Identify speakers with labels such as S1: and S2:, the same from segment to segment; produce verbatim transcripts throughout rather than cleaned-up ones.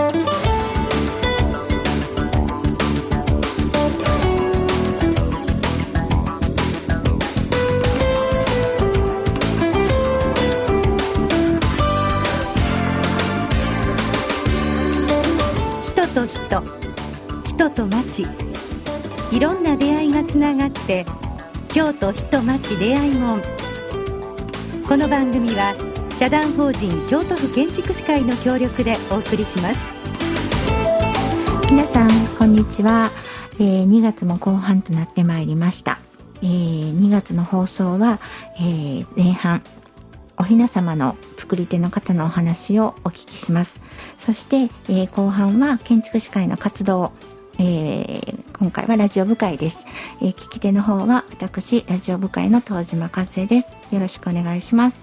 S1: と人、人と町、いろんな出会いがつながって京都人町出会いもん。この番組は社団法人京都府建築士会の協力でお送りします。
S2: 皆さんこんにちは、えー、にがつも後半となってまいりました。えー、にがつの放送は、えー、前半お雛様の作り手の方のお話をお聞きします。そして、えー、後半は建築士会の活動、えー、今回はラジオ部会です。えー、聞き手の方は私ラジオ部会の東島和恵です。よろしくお願いします。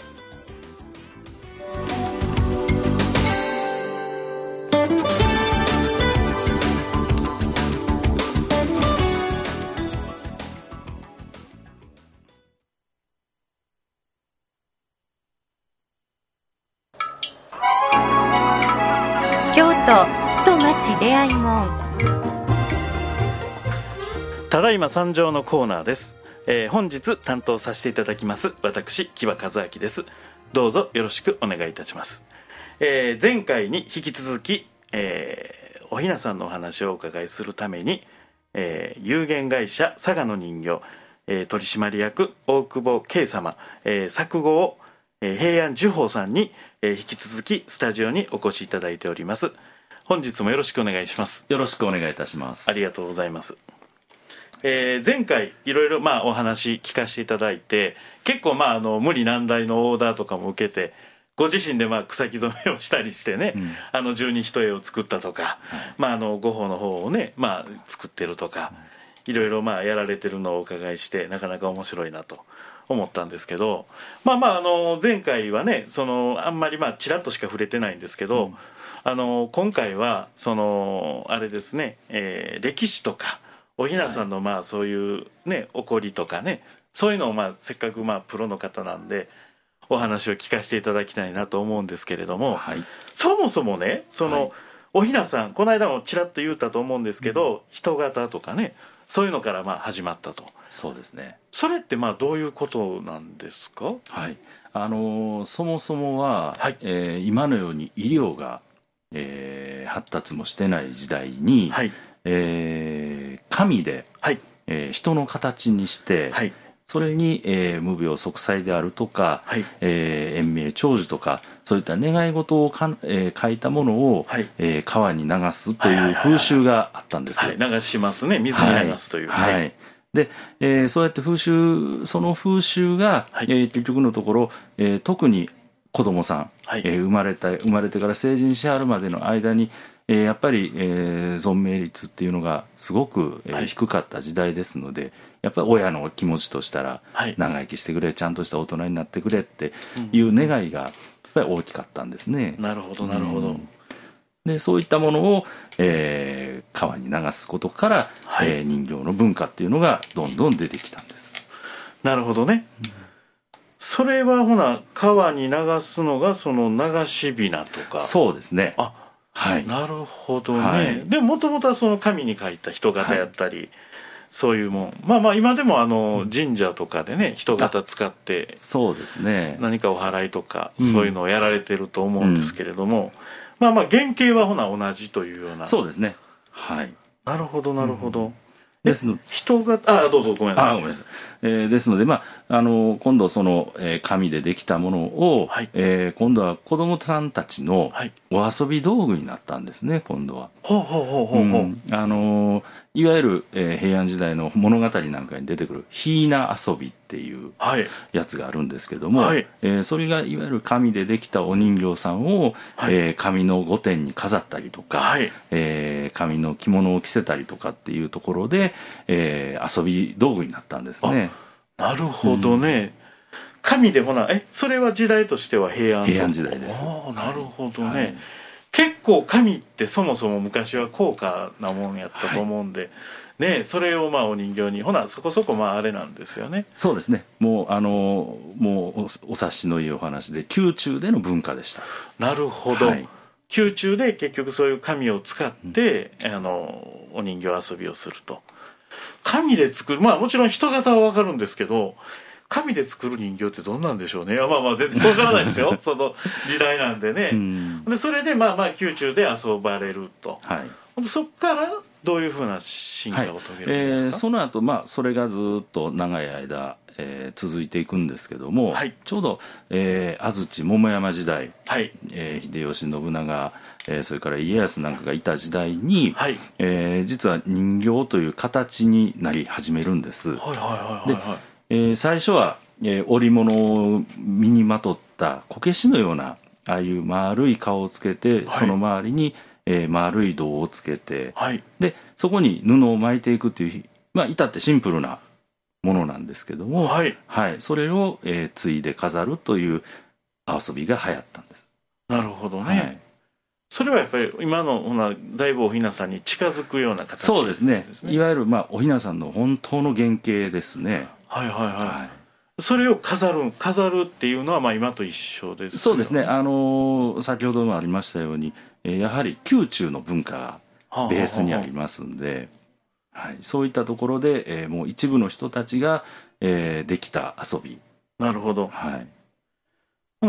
S1: 京都人町出会いもん。
S3: ただいま参上のコーナーです。えー、本日担当させていただきます私木場和明です。どうぞよろしくお願いいたします。えー、前回に引き続き、えー、お雛さんのお話をお伺いするために、えー、有限会社佐賀の人形、えー、取締役大久保圭様、えー、作後を、えー、平安寿宝さんに、えー、引き続きスタジオにお越しいただいております。本日もよろしくお願いします。
S4: よろしくお願いいたします。
S3: ありがとうございます。えー、前回いろいろまあお話聞かせていただいて、結構まああの無理難題のオーダーとかも受けて、ご自身でまあ草木染めをしたりしてね、うん、あの十二一重を作ったとか、はい、まああの五宝の方をね、まあ、作ってるとか、いろいろまあやられてるのをお伺いして、なかなか面白いなと思ったんですけど、まあまああの前回はね、そのあんまりまあちらっとしか触れてないんですけど、うん、あの今回はそのあれですね、えー、歴史とかお雛さんのまあそういうね起こりとかね、そういうのをまあせっかくまあプロの方なんでお話を聞かせていただきたいなと思うんですけれども、はい、そもそもねその、はい、お雛さんこの間もちらっと言ったと思うんですけど、うん、人型とかねそういうのからまあ始まったと。
S4: そうですね。
S3: それってまあどういうことなんですか？
S4: はい、あのー、そもそもは、はい、えー、今のように医療が、えー、発達もしてない時代に、はい、えー、紙で、はい、えー、人の形にして、はい、それに、えー、無病息災であるとか、はい、えー、延命長寿とかそういった願い事をか、えー、書いたものを、はい、えー、川に流すという風習があったんですよ。
S3: はいはい、流しますね。水に流すという、
S4: はいはい、で、えー、そうやって風習その風習が、はい、えー、結局のところ、えー、特に子供さん、はい、えー、生まれた生まれてから成人しはるまでの間にえー、やっぱり、えー、存命率っていうのがすごく、えーはい、低かった時代ですので、やっぱり親の気持ちとしたら、はい、長生きしてくれ、ちゃんとした大人になってくれっていう願いがやっぱり大きかったんですね。
S3: なるほどなるほど、うん、
S4: でそういったものを、えー、川に流すことから、はい、えー、人形の文化っていうのがどんどん出てきたんです。
S3: なるほどね、うん、それはほな川に流すのがその流しびなとか。
S4: そうですね。
S3: あ、はい、なるほどね、はい、でもともとはその紙に書いた人型やったり、はい、そういうもん、まあまあ今でもあの神社とかでね人型使って
S4: そうですね、
S3: 何かお祓いとかそういうのをやられてると思うんですけれども、うん、まあまあ原型はほな同じというような。
S4: そうですね、はい、
S3: なるほどなるほど、うん、
S4: ですの
S3: 人があどうぞごめんなさい。
S4: あごめんなさい、えー、ですので、まあ、あの今度その、えー、紙でできたものを、はい、えー、今度は子どもさんたちのお遊び道具になったんですね。今度は
S3: ほうほうほうほうほう、うん、
S4: あのいわゆる、えー、平安時代の物語なんかに出てくるひいな遊びっていうやつがあるんですけども、はい、えー、それがいわゆる紙でできたお人形さんを、はい、えー、紙の御殿に飾ったりとか、はい、えー、紙の着物を着せたりとかっていうところで、えー、遊び道具になったんですね。
S3: なるほどね、うん、紙でほなえそれは時代としては平安
S4: 平安時代です。
S3: あなるほどね、はい、結構紙ってそもそも昔は高価なもんやったと思うんで、はい、ね、それをまあお人形にほなそこそこまああれなんですよね。
S4: そうですね、もうあのもう お, お察しのいいお話で宮中での文化でした。
S3: なるほど、はい、 宮中で結局そういう紙を使って、うん、あのお人形遊びをすると。紙で作る、まあもちろん人型は分かるんですけど、紙で作る人形ってどんなんでしょうね。まあまあ全然分からないですよその時代なんでね、うん、でそれでまあまあ宮中で遊ばれると、はい、でそこからどういうふうな進化を遂げるんですか？はい、えー、
S4: その後、まあそれがずっと長い間、えー、続いていくんですけども、はい、ちょうど、えー、安土桃山時代、はい、えー、秀吉信長、えー、それから家康なんかがいた時代に、はい、えー、実は人形という形になり始めるんです。はいはいはいはい、はい、で、えー、最初は、えー、織物を身にまとったこけしのようなああいう丸い顔をつけて、はい、その周りに、えー、丸い胴をつけて、はい、でそこに布を巻いていくという、まあ、至ってシンプルなものなんですけども、はいはい、それを、えー、ついで飾るという遊びが流行ったんです。
S3: なるほどね、はい、それはやっぱり今のほなだいぶおひなさんに近づくような形ですね。
S4: そうですね、いわゆる、まあ、おひなさんの本当の原型ですね。
S3: はいはいはい、はい、それを飾る飾るっていうのはまあ今と一緒ですよね。
S4: そうですね、あのー、先ほどもありましたように、えー、やはり宮中の文化がベースにありますんで、はあはあはあ、はい、そういったところで、えー、もう一部の人たちが、えー、できた遊び。
S3: なるほど、はい、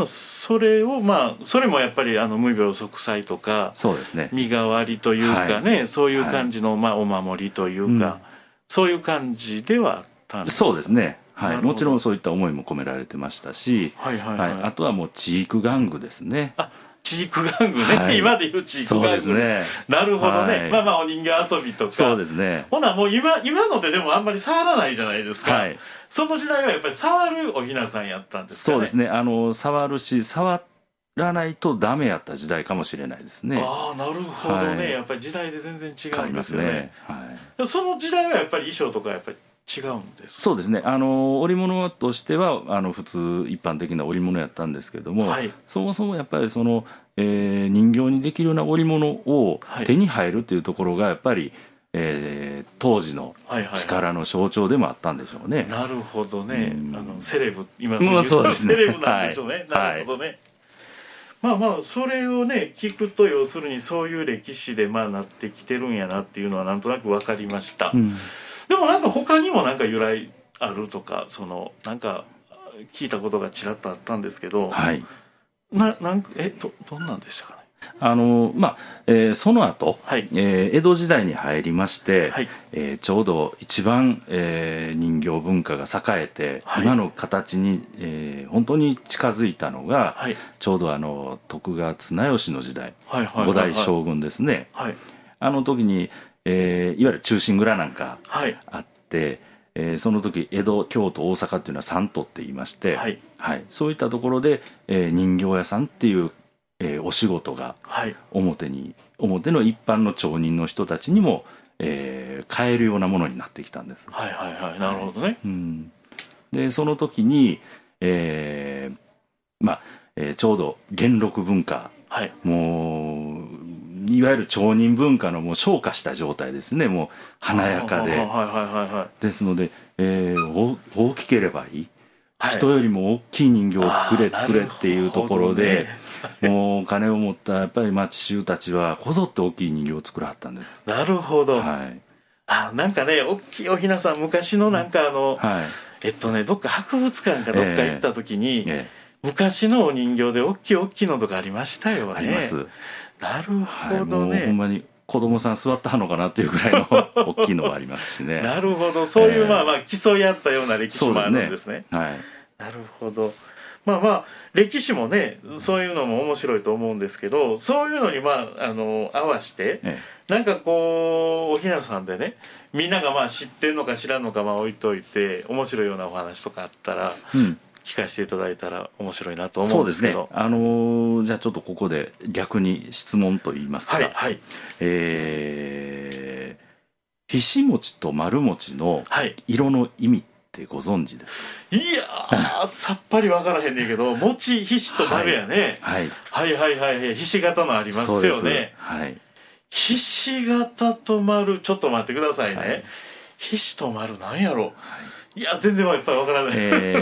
S3: それをまあそれもやっぱりあの無病息災とか、
S4: そうですね、
S3: 身代わりというかね、はい、そういう感じの、まあ、お守りというか、うん、そういう感じではあったんですか？
S4: そうですね、はい、もちろんそういった思いも込められてましたし、はいはいはいはい、あとはもう知育玩具ですね。
S3: あ、知育玩具ね、はい、今で言う知育玩具ですね。なるほどね、はい、まあまあお人形遊びとか。
S4: そうですね。
S3: ほなもう今今のででもあんまり触らないじゃないですか、はい、その時代はやっぱり触るおひなさんやったんですかね？
S4: そうですね、あの触るし触らないとダメやった時代かもしれないですね。
S3: ああ、なるほどね、はい、やっぱり時代で全然違うんですよね。ね、はい、その時代はやっぱり衣装とかやっぱり違うんですか？
S4: そうですね、あの織物としてはあの普通一般的な織物やったんですけども、はい、そもそもやっぱりその、えー、人形にできるような織物を手に入るというところがやっぱり、えー、当時の力の象徴でもあったんでしょうね。はいはいはい、なる
S3: ほどね、あのセレブ、今の言うとセレブなんでしょうね。はい、なるほどね、はい、まあまあそれをね聞くと要するにそういう歴史でまあなってきてるんやなっていうのはなんとなく分かりました。うん、でもなんか他にもなんか由来あるとか、そのなんか聞いたことがちらっとあったんですけど、はい、ななんかえどどんなんでしたかね？
S4: あのまあえー、その後、はい、えー、江戸時代に入りまして、はい、えー、ちょうど一番、えー、人形文化が栄えて、はい、今の形に、えー、本当に近づいたのが、はい、ちょうどあの徳川綱吉の時代、はいはいはいはい、五代将軍ですね、はい、あの時に、えー、いわゆる忠臣蔵なんかあって、はい、えー、その時江戸、京都、大阪っていうのは三都って言いまして、はいはい、そういったところで、えー、人形屋さんっていうえー、お仕事が表に、はい、表の一般の町人の人たちにも、えー、買えるようなものになってきたんです。
S3: はいはいはい、なるほどね。うん、
S4: でその時に、えーまあえー、ちょうど元禄文化、はい、もういわゆる町人文化のもう昇華した状態ですね。もう華やかで、ですので、えー、大きければいい、はい、人よりも大きい人形を作れ作れっていうところで、もう金を持ったやっぱり町衆たちはこぞって大きい人形を作らはったんです。
S3: なるほど、はい、あなんかね大きいおひなさん昔のなんかあの、はい、えっとねどっか博物館かどっか行った時に、えーえー、昔のお人形で大きい大きいのとかありましたよね。
S4: あります。
S3: なるほどね、
S4: はい、もうほんまに子供さん座ったのかなっていうぐらいの大きいのもありますしね。
S3: なるほど、そういう、えー、まあまあ競い合ったような歴史もあるんですね。
S4: はい、
S3: なるほど。まあまあ歴史もねそういうのも面白いと思うんですけど、そういうのにまああの合わせて、ええ、なんかこうおひなさんでねみんながまあ知ってんのか知らんのかまあ置いといて面白いようなお話とかあったら、うん、聞かせていただいたら面白いなと思うんですけど。
S4: そうですね、あのー、じゃあちょっとここで逆に質問といいますか、はいはい、えー、ひし餅と丸餅の色の意味ってご存知ですか？
S3: いやーさっぱり分からへんねんけど餅ひしと丸やね、はい、はいはいはいはいひし形のありますよね。はい、ひし形と丸ちょっと待ってくださいね、はい、ひしと丸なんやろ、はい、いや全然やっぱり分からない、
S4: えー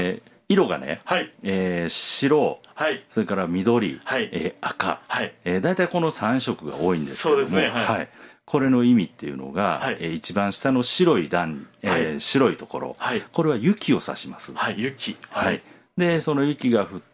S4: 色がね、
S3: はい
S4: えー、白、
S3: はい、
S4: それから緑、
S3: はい
S4: えー、赤、
S3: はい、
S4: えー、大体このさん色が多いんですけども、
S3: そうですね、はい、
S4: はい、これの意味っていうのが、はい、えー、一番下の白い段、えーはい、白いところ、はい、これは雪を指します。
S3: はい、雪、
S4: はいはい、でその雪が降って、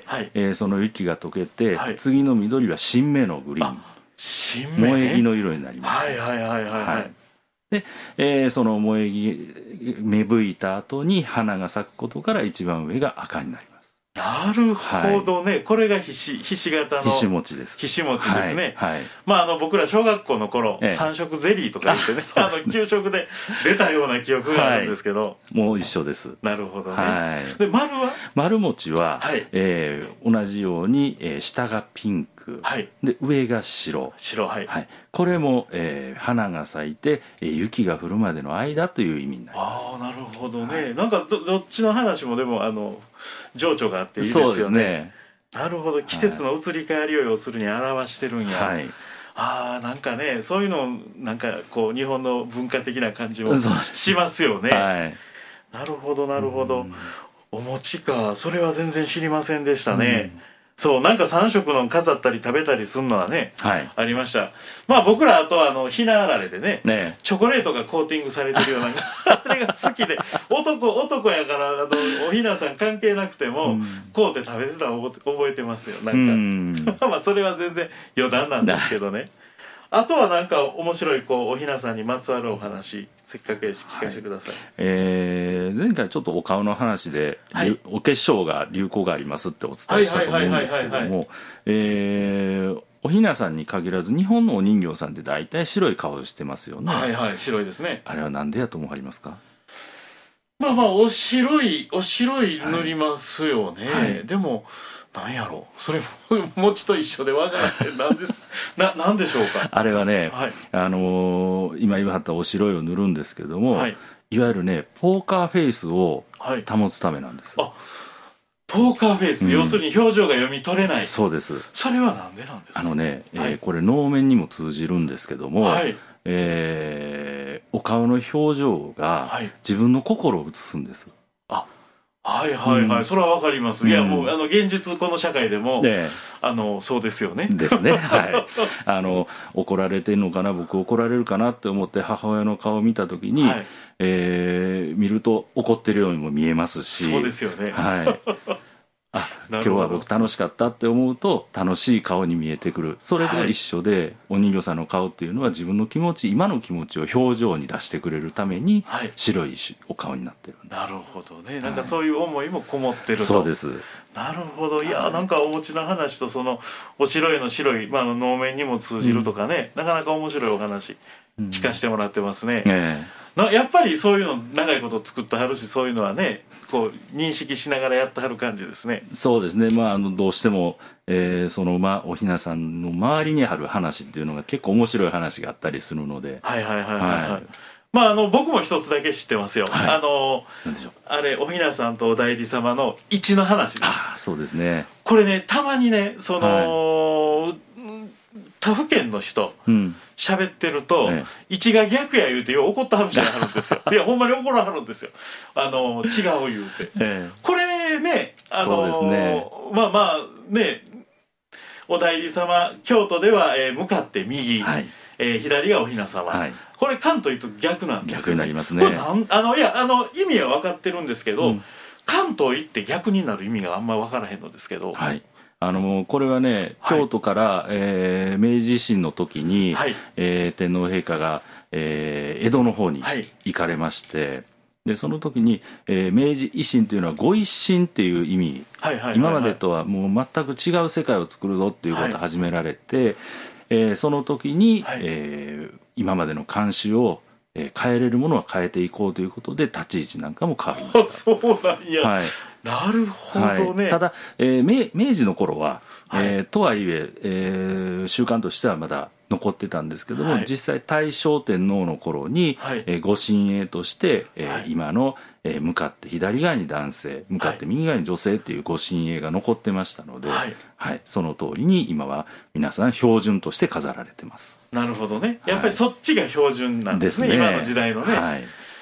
S4: はい、えー、その雪が溶けて、はい、次の緑は新芽のグリーン、
S3: 新芽、
S4: 萌え木の色になります。
S3: はいはいはいはい、はい、
S4: で、えー、その萌え木芽吹いた後に花が咲くことから一番上が赤になります。
S3: なるほどね、はい、これがひし、ひし形の
S4: ひし餅です。
S3: ひし餅ですね、
S4: はいはい、ま
S3: あ、あの僕ら小学校の頃、ええ、三色ゼリーとか言ってね、ああの給食で出たような記憶があるんですけど、はい、
S4: もう一緒です。
S3: なるほどね、
S4: はい、
S3: で丸は
S4: 丸餅は、はい、えー、同じように、えー、下がピンク、はい、で上が白、
S3: 白、はいはい、
S4: これも、えー、花が咲いて、えー、雪が降るまでの間という意味になります。
S3: ああ、なるほどね、はい、なんか ど, どっちの話もでもあの情緒があっていいですよね。そうですね。なるほど、季節の移り変わりを要するに表してるんや、はい、ああ、なんかね、そういうのなんかこう日本の文化的な感じもしますよね、はい、なるほどなるほど、お餅か、それは全然知りませんでしたね、うん、そうなんかさん色の飾ったり食べたりするのはね、はい、ありました。まあ僕らあとはあのひなあられで ね, ねチョコレートがコーティングされてるようなあれが好きで男男やからあのおひなさん関係なくても、うん、買うて食べてたの覚えてますよ。なんかまあそれは全然余談なんですけどね。あとはなんか面白いこうおひなさんにまつわるお話、せっかくやし聞かせてください。はい、
S4: えー、前回ちょっとお顔の話で、はい、お化粧が流行がありますってお伝えしたと思うんですけども、おひなさんに限らず日本のお人形さんって大体白い顔してますよね。
S3: はいはい、白いですね。
S4: あれはなんでやと思われますか？
S3: まあまあお白いお白い塗りますよね、はいはい、でもなんやろう、それも餅と一緒でわからないなんですな、なんでしょうか。
S4: あれはね、はい、あのー、今言わはったお白いを塗るんですけども、はい、いわゆるねポーカーフェイスを保つためなんです、はい、あ、
S3: ポーカーフェイス、うん、要するに表情が読み取れない。
S4: そうです。
S3: それはなんでなんですか？
S4: あのね、えーはい、これ能面にも通じるんですけども、はい、えー、お顔の表情が自分の心を映すんです、
S3: はい、あ、はいはいはい、うん、それはわかります、うん、いやもうあの現実この社会でも、ね、あのそうですよね。
S4: ですね、はい、あの怒られてるのかな、僕怒られるかなって思って母親の顔を見た時に、はい、えー、見ると怒ってるようにも見えますし。
S3: そうですよね、
S4: はい、あ、今日は僕楽しかったって思うと楽しい顔に見えてくる。それと一緒で、はい、お人形さんの顔っていうのは自分の気持ち、今の気持ちを表情に出してくれるために白いお顔になってるんです、
S3: はい、なるほどね。なんかそういう思いもこもってると、
S4: そうです。
S3: なるほど。いや、なんかお餅の話とそのお白いの白い、まあ、能面にも通じるとかね、うん、なかなか面白いお話聞かせてもらってますね、うん、えー、なやっぱりそういうの長いこと作ってはるし、そういうのはねこう認識しながらやってはる感じですね。
S4: そうですね、まあ、あのどうしても、えー、その、まあ、おひなさんの周りにある話っていうのが結構面白い話があったりするので、
S3: はいはいはいはい、はい、まあ、あの僕も一つだけ知ってますよ、はい、あのあれおひなさんとお内裏様の市の話です。
S4: あ、そうですね。
S3: これね、たまにねその、はい、他府県の人喋、うん、ってると、ね、市が逆や言うてよう怒ってはる人があるんですよいやほんまに怒らはるんですよ、あの違う言うて、ええ、これね、あの
S4: そうですね、
S3: まあまあね、お内裏様京都では、えー、向かって右、はい、えー、左がおひな様、はい、これ関東行くと逆なんですよ。
S4: 逆になりますね。
S3: これなんあのいやあの意味は分かってるんですけど、うん、関東行って逆になる意味があんまり分からへんのですけど、
S4: はい、あのこれはね、京都から、はい、えー、明治維新の時に、はい、えー、天皇陛下が、えー、江戸の方に行かれまして、はい、でその時に、えー、明治維新というのはご一新っていう意味、はいはいはいはい、今までとはもう全く違う世界を作るぞっていうことを始められて、はい、えー、その時に、はい、えー、今までの慣習を、えー、変えれるものは変えていこうということで立ち位置なんかも変わりました。
S3: そうなんや、はい、なるほどね、
S4: はい、ただ、えー、明, 明治の頃は、はい、えー、とはいええー、習慣としてはまだ残ってたんですけども、はい、実際大正天皇の頃に、はい、えー、ご神栄として、えーはい、今の、えー、向かって左側に男性、向かって右側に女性っていうご神栄が残ってましたので、はいはい、その通りに今は皆さん標準として飾られてます。
S3: なるほどね、やっぱりそっちが標準なんですね、はい、今の時代のね、はい、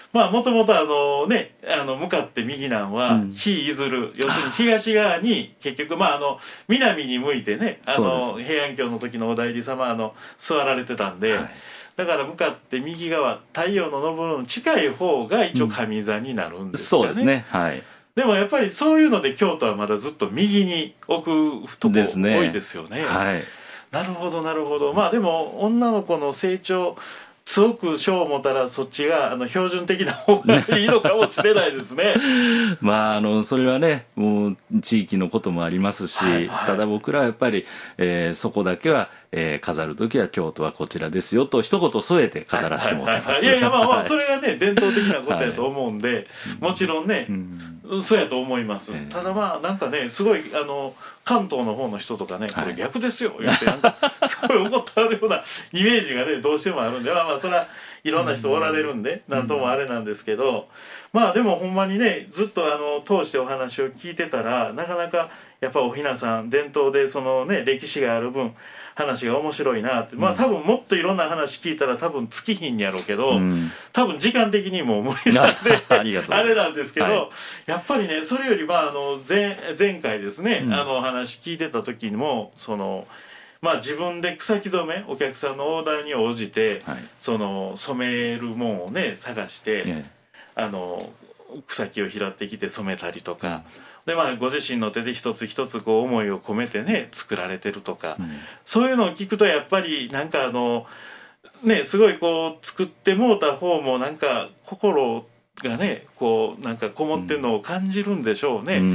S3: まあもともとあのねあの向かって右なんは日譲る、うん、要するに東側に結局まああの南に向いてねあの平安京の時のお内裏様の座られてたんで、はい、だから向かって右側太陽の昇るの近い方が一応上座になるんですかね、うん、そうですね、はい。でもやっぱりそういうので京都はまだずっと右に置くとこ多いですよね。はい、なるほどなるほど。まあでも女の子の成長強く賞を持ったらそっちがあの標準的な方がいいのかもしれないですね。
S4: まああのそれはねもう地域のこともありますし、はいはい、ただ僕らはやっぱり、えー、そこだけは、えー、飾るときは京都はこちらですよと一言添えて飾らせてもらってます。
S3: いやいやまあまあそれがね伝統的なことやと思うんで、はい、もちろんね、うん、そうやと思います。えー、ただまあなんかねすごいあの関東の方の人とかねこれ逆ですよ言ってなんかすごい怒ってあるようなイメージがねどうしてもあるんでまあまあそれはいろんな人おられるんでなんともあれなんですけど、まあでもほんまにねずっとあの通してお話を聞いてたらなかなかやっぱおひなさん伝統でそのね歴史がある分話が面白いなって、まあ多分もっといろんな話聞いたら多分尽きひんやろうけど、うん、多分時間的にも無理なんであ, あれなんですけど、はい、やっぱりねそれよりまああの 前, 前回ですね、うん、あの話聞いてた時にもそのまあ自分で草木染めお客さんのオーダーに応じて、はい、その染めるもんをね探して、ね、あの草木を拾ってきて染めたりとか、うん、でまあご自身の手で一つ一つこう思いを込めてね作られてるとか、うん、そういうのを聞くとやっぱりなんかあのねすごいこう作ってもうた方もなんか心がねこうなんかこもってるのを感じるんでしょうね、うん、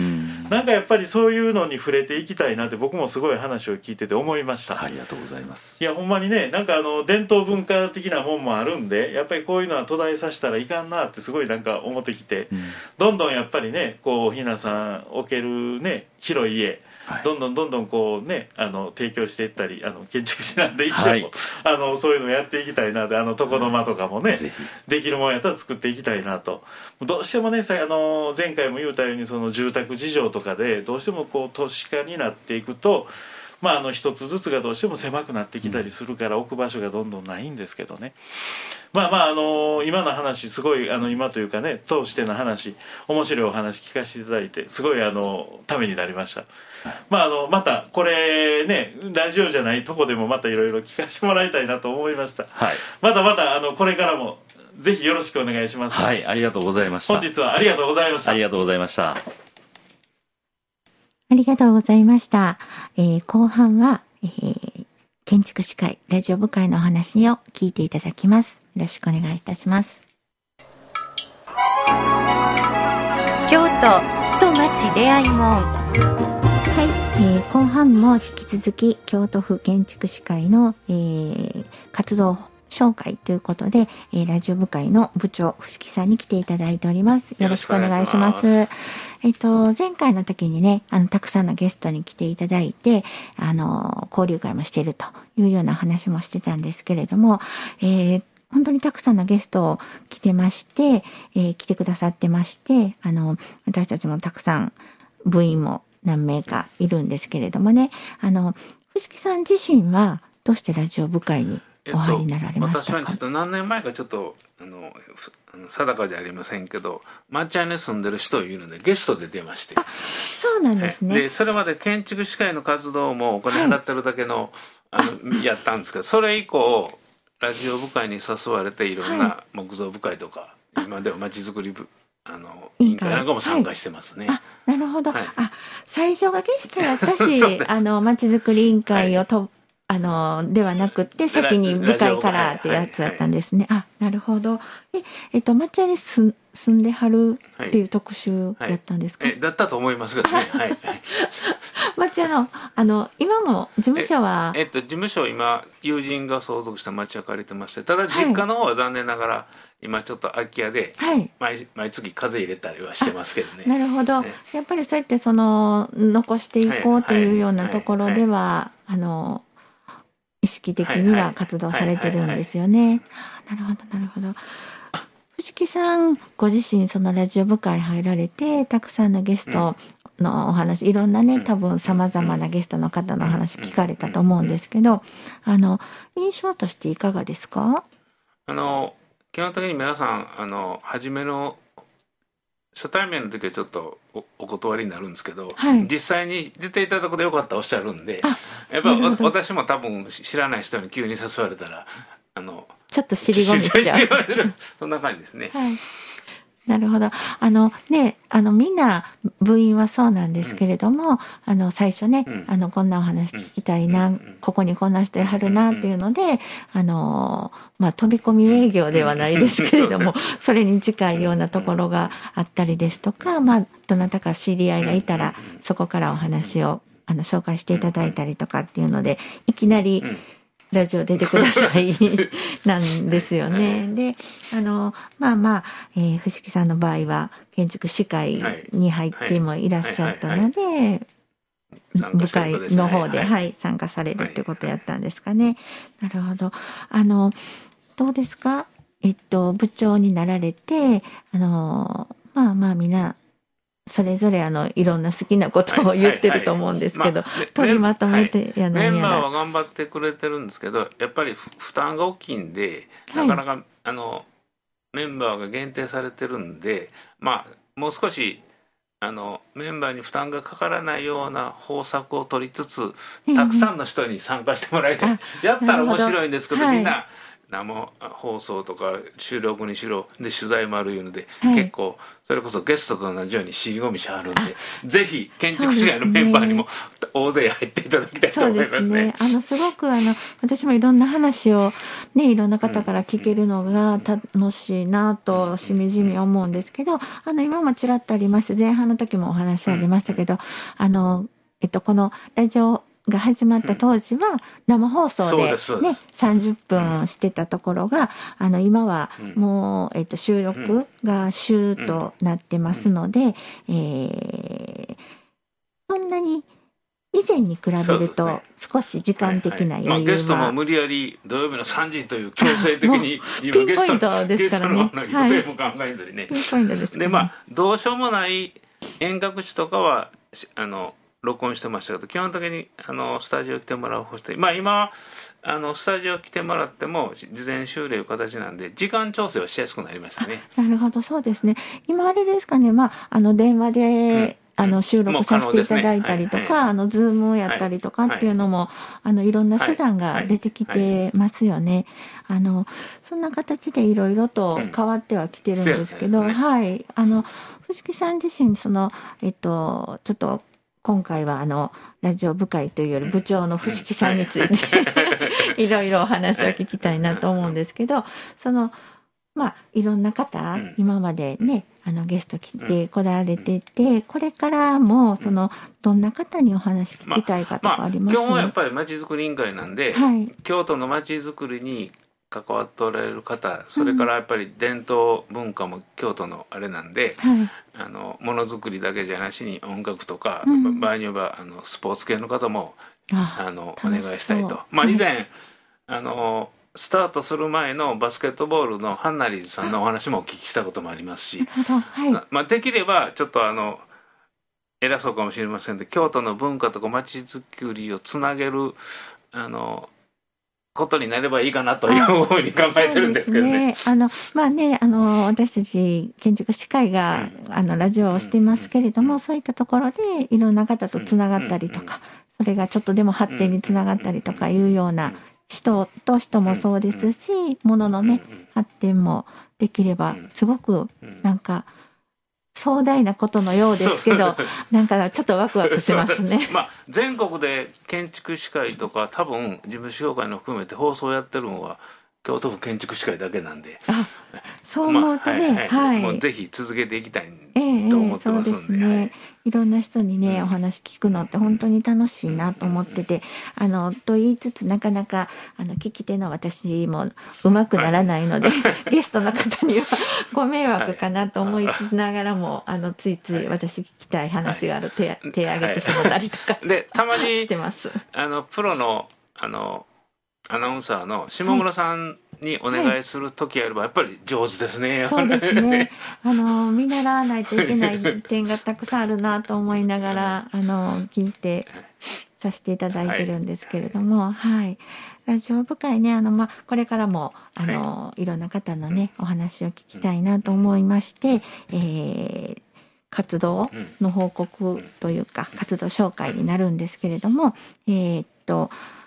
S3: なんかやっぱりそういうのに触れていきたいなって僕もすごい話を聞いてて思いました。
S4: ありがとうございます。
S3: いやほんまにねなんかあの伝統文化的なもんもあるんでやっぱりこういうのは途絶えさせたらいかんなってすごいなんか思ってきて、うん、どんどんやっぱりねこうひなさん置けるね広い家はい、どんどんどんどんこうねあの提供していったりあの建築士なんで一応、はい、あのそういうのをやっていきたいなであの床の間とかもね、はい、できるもんやったら作っていきたいなとどうしてもねさあの前回も言うたようにその住宅事情とかでどうしてもこう都市化になっていくとまああの一つずつがどうしても狭くなってきたりするから置く場所がどんどんないんですけどねまあまああの今の話すごいあの今というかね通しての話面白いお話聞かせていただいてすごいあのためになりました。まあ、あのまたこれねラジオじゃないとこでもまたいろいろ聞かせてもらいたいなと思いました、はい、またまたあのこれからもぜひよろしくお願いします。
S4: はい、ありがとうございました。
S3: 本日はありがとうございました。
S4: ありがとうございました。
S2: ありがとうございました、えー、後半は、えー、建築士会ラジオ部会のお話を聞いていただきます。よろしくお願いいたします。
S1: 京都人町出会い門
S2: はい、えー、後半も引き続き京都府建築士会の、えー、活動紹介ということで、えー、ラジオ部会の部長伏木さんに来ていただいております。よろしくお願いします。えっと前回の時にねあのたくさんのゲストに来ていただいてあの交流会もしているというような話もしてたんですけれども、えー本当にたくさんのゲスト来てまして、えー、来てくださってましてあの私たちもたくさん部員も何名かいるんですけれどもねあの伏木さん自身はどうしてラジオ部会にお入りになられましたか。
S5: えっと、私はちょっと何年前かちょっとあの定かじゃありませんけど町屋に住んでる人をいるのでゲストで出まして
S2: あそうなんですね。
S5: でそれまで建築士会の活動もお金払ってるだけの、はい、あのやったんですけどそれ以降ラジオ部会に誘われていろんな木造部会とか、はい、今ではまちづくり部あの委員会なんかも参加してますね、
S2: はい、あなるほど、はい、あ最初がゲストやったしあのまちづくり委員会をと、はい、あのではなくって先に部会からってやつだったんですね、はいはい、あなるほどで、えっと、町屋に住んではるっていう特集やったんですか、
S5: はいはい、えだったと思いますけどねはい、はい
S2: 町屋のあの今も事務所は
S5: え、えっと、事務所今友人が相続した町屋借りてましてただ実家の方は残念ながら、はい、今ちょっと空き家で 毎,、はい、毎月風入れたりはしてますけどね。
S2: なるほど、ね、やっぱりそうやってその残していこうというようなところでは、はいはいはい、あの意識的には活動されてるんですよね。なるほどなるほど。伏木さんご自身そのラジオ部会入られてたくさんのゲストのお話、うん、いろんなね多分さまざまなゲストの方のお話聞かれたと思うんですけどあの印象としていかがですか。
S5: あの基本的に皆さんあの初めの初対面の時はちょっと お, お断りになるんですけど、はい、実際に出ていただくことよかったらおっしゃるんで、やっぱ私も多分知らない人に急に誘われたらあの
S2: ちょっと尻込みしちゃう
S5: そんな感じですね。
S2: はい、なるほど。あのね、あのみんな部員はそうなんですけれども、うん、あの最初ね、うん、あのこんなお話聞きたいな、うん、ここにこんな人やはるなっていうので、あのまあ飛び込み営業ではないですけれども、それに近いようなところがあったりですとか、まあどなたか知り合いがいたらそこからお話をあの紹介していただいたりとかっていうので、いきなりラジオ出てくださいなんですよね。で、あのまあまあ、えー、伏木さんの場合は建築士会に入ってもいらっしゃったので、部会の方で、はいはい、参加されるってことやったんですかね。なるほど。あのどうですか。えっと部長になられて、あのまあまあみんなそれぞれあのいろんな好きなことを言ってると思うんですけど、取りまとめてや
S5: メンバーは頑張ってくれてるんですけど、やっぱり負担が大きいんで、なかなか、はい、あのメンバーが限定されてるんで、まあもう少しあのメンバーに負担がかからないような方策を取りつつ、たくさんの人に参加してもらいたい、うん、やったら面白いんですけど、みんな生放送とか収録にしろで取材もあるいうので、はい、結構それこそゲストと同じように尻込みしはるんで、ぜひ建築士会のメンバーにも大勢入っていただきたいと思いますね。そうですね。
S2: あのすごくあの私もいろんな話をね、いろんな方から聞けるのが楽しいなとしみじみ思うんですけど、あの今もちらっとありました、前半の時もお話ありましたけど、あのえっとこのラジオが始まった当時は生放送で、ね、さんじゅっぷんしてたところが、あの今はもう、えっと、収録が週となってますので、えー、そんなに以前に比べると少し時間的な余裕は、
S5: まあ、ゲストも無理やり土曜日のさんじという強制的に
S2: 今ゲストの
S5: ゲストの予定も考えずにね、
S2: ピンポイントですからね。
S5: でまあどうしようもない遠隔地とかはあの録音してましたけど、基本的にあのスタジオ来てもらう方して、まあ今あのスタジオ来てもらっても事前修例いう形なんで時間調整はしやすくなりましたね。
S2: なるほど、そうですね。今あれですかね、まああの電話で、うんあの収録させていただいたりとか、ねはいはい、あのズームをやったりとかっていうのも、はい、あのいろんな手段が出てきてますよね。あのそんな形でいろいろと変わってはきてるんですけど、うんね、はいあの伏木さん自身そのえっとちょっと今回はあのラジオ部会というより部長の伏木さんについていろいろお話を聞きたいなと思うんですけど、そのまあいろんな方、うん、今までねあのゲスト来てこられてて、これからもそのどんな方にお話聞きたいかとかありますか、
S5: まあまあ、今日はやっぱりまちづくり委員会なんで、はい、京都のまちづくりに関わっておられる方、それからやっぱり伝統文化も京都のあれなんで、うん、あのものづくりだけじゃなしに音楽とか、うん、場合によればあのスポーツ系の方もあのお願いしたいと。まあ以前、はい、あのスタートする前のバスケットボールのハンナリーズさんのお話もお聞きしたこともありますし、はいまあ、できればちょっとあの偉そうかもしれませんで、京都の文化とかまちづくりをつなげるあのことになればいいかなというふうに考えてるんですけどね。
S2: あのまあねあの私たち建築士会が、うん、あのラジオをしてますけれども、うん、そういったところでいろんな方とつながったりとか、うん、それがちょっとでも発展につながったりとかいうような、人と人もそうですし、もののね発展もできればすごくなんか壮大なことのようですけど、なんかちょっとワクワクしますね。
S5: まあ全国で建築士会とか多分事務所協会の含めて放送やってるのは京都府建築士会だけなんで、
S2: あそう思うとね、まあはいはい、
S5: もうぜひ続けていきたいと思ってますんで、ええ、そうですね、はい、い
S2: ろんな人にね、うん、お話聞くのって本当に楽しいなと思ってて、あのと言いつつなかなかあの聞き手の私もうまくならないので、はい、ゲストの方にはご迷惑かなと思いつつながらも、あのついつい私聞きたい話がある手、はい、手挙げてしまったりとか、
S5: はい、でたまに
S2: してます。
S5: あのプロのあのアナウンサーの下村さんにお願いする時あればやっぱり上手ですね。
S2: はい、そうですね。あの見習わないといけない点がたくさんあるなと思いながらあの聞いてさせていただいてるんですけれども、はい。 ラジオ部会ね、あの、まあ、これからも、あの、はい、いろんな方のね、お話を聞きたいなと思いまして、えー、活動の報告というか、活動紹介になるんですけれども、えー、っと、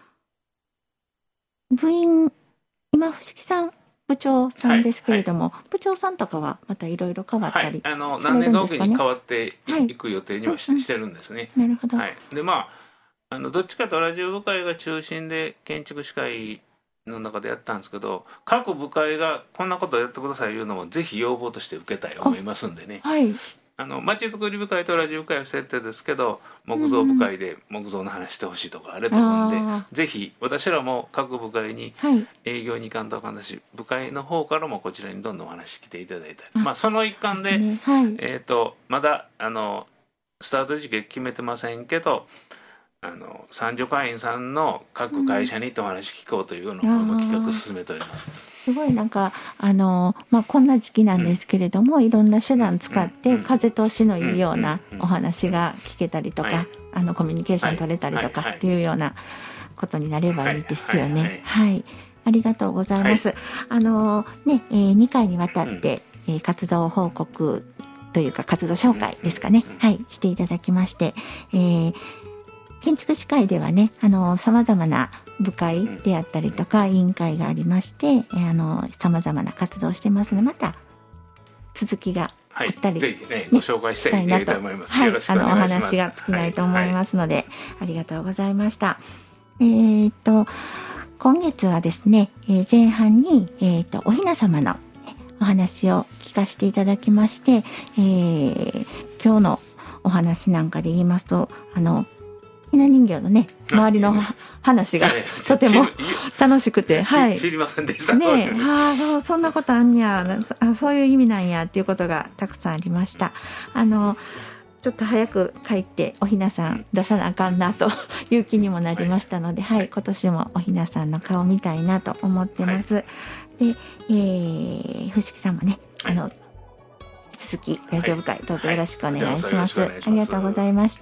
S2: 部員、今、伏木さん、部長さんですけれども、はいはい、部長さんとかはまたいろいろ変わったり、
S5: はい、あの何年かおきに変わっていく予定にはし、はい、してるんですね。
S2: なるほど。
S5: はい、でまああのどっちかとラジオ部会が中心で建築士会の中でやったんですけど、各部会がこんなことをやってくださいいうのもぜひ要望として受けたいと思いますんでね。
S2: はい。
S5: あのまちづくり部会とラジオ部会は設定ですけど、木造部会で木造の話してほしいとかあると思うんで、うん、ぜひ私らも各部会に営業に行かんとあかんだし、部会の方からもこちらにどんどんお話来ていただいたり、まあ、その一環で、ね、はい、えーと、まだあのスタート時期決めてませんけど、あの三助会員さんの各会社に行ってお話聞こうというような企画を進めております。
S2: すごいなんかあの、まあ、こんな時期なんですけれども、うん、いろんな手段使って風通しのいいようなお話が聞けたりとか、はい、あのコミュニケーション取れたりとかっていうようなことになればいいですよね。はい、はいはい、ありがとうございます。はい、あのね、えー、にかいにわたって、うん、えー、活動報告というか活動紹介ですかね、うん、はい、していただきまして、えー、建築士会ではね、あの様々な部会であったりとか委員会がありまして、あの様々な活動をしてますので、また続きがあったり、
S5: はい、ぜひね、ご紹介したいなと思います。
S2: はい、
S5: よろしくお願いします。
S2: あのお話が尽きないと思いますので、はいはい、ありがとうございました。えー、っと今月はですね、えー、前半に、えー、っとおひな様のお話を聞かせていただきまして、えー、今日のお話なんかで言いますと、あのひな人形のね、周りの話がとても楽しくて、はい、
S5: 知りませんでした
S2: ね。ああ、そう、そんなことあんにゃ、あ、そういう意味なんやっていうことがたくさんありました。あのちょっと早く帰っておひなさん出さなあかんなという気にもなりましたので、はい、はい、今年もおひなさんの顔見たいなと思ってます。はい、で、えー、伏木さんもね、あの、はい、引き続きラジオ部会どうぞよろしくお願いします。はい、ありがとうございました。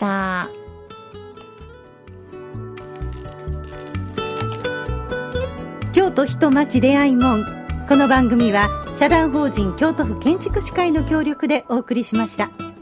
S1: 京都人町出会い門。この番組は社団法人京都府建築士会の協力でお送りしました。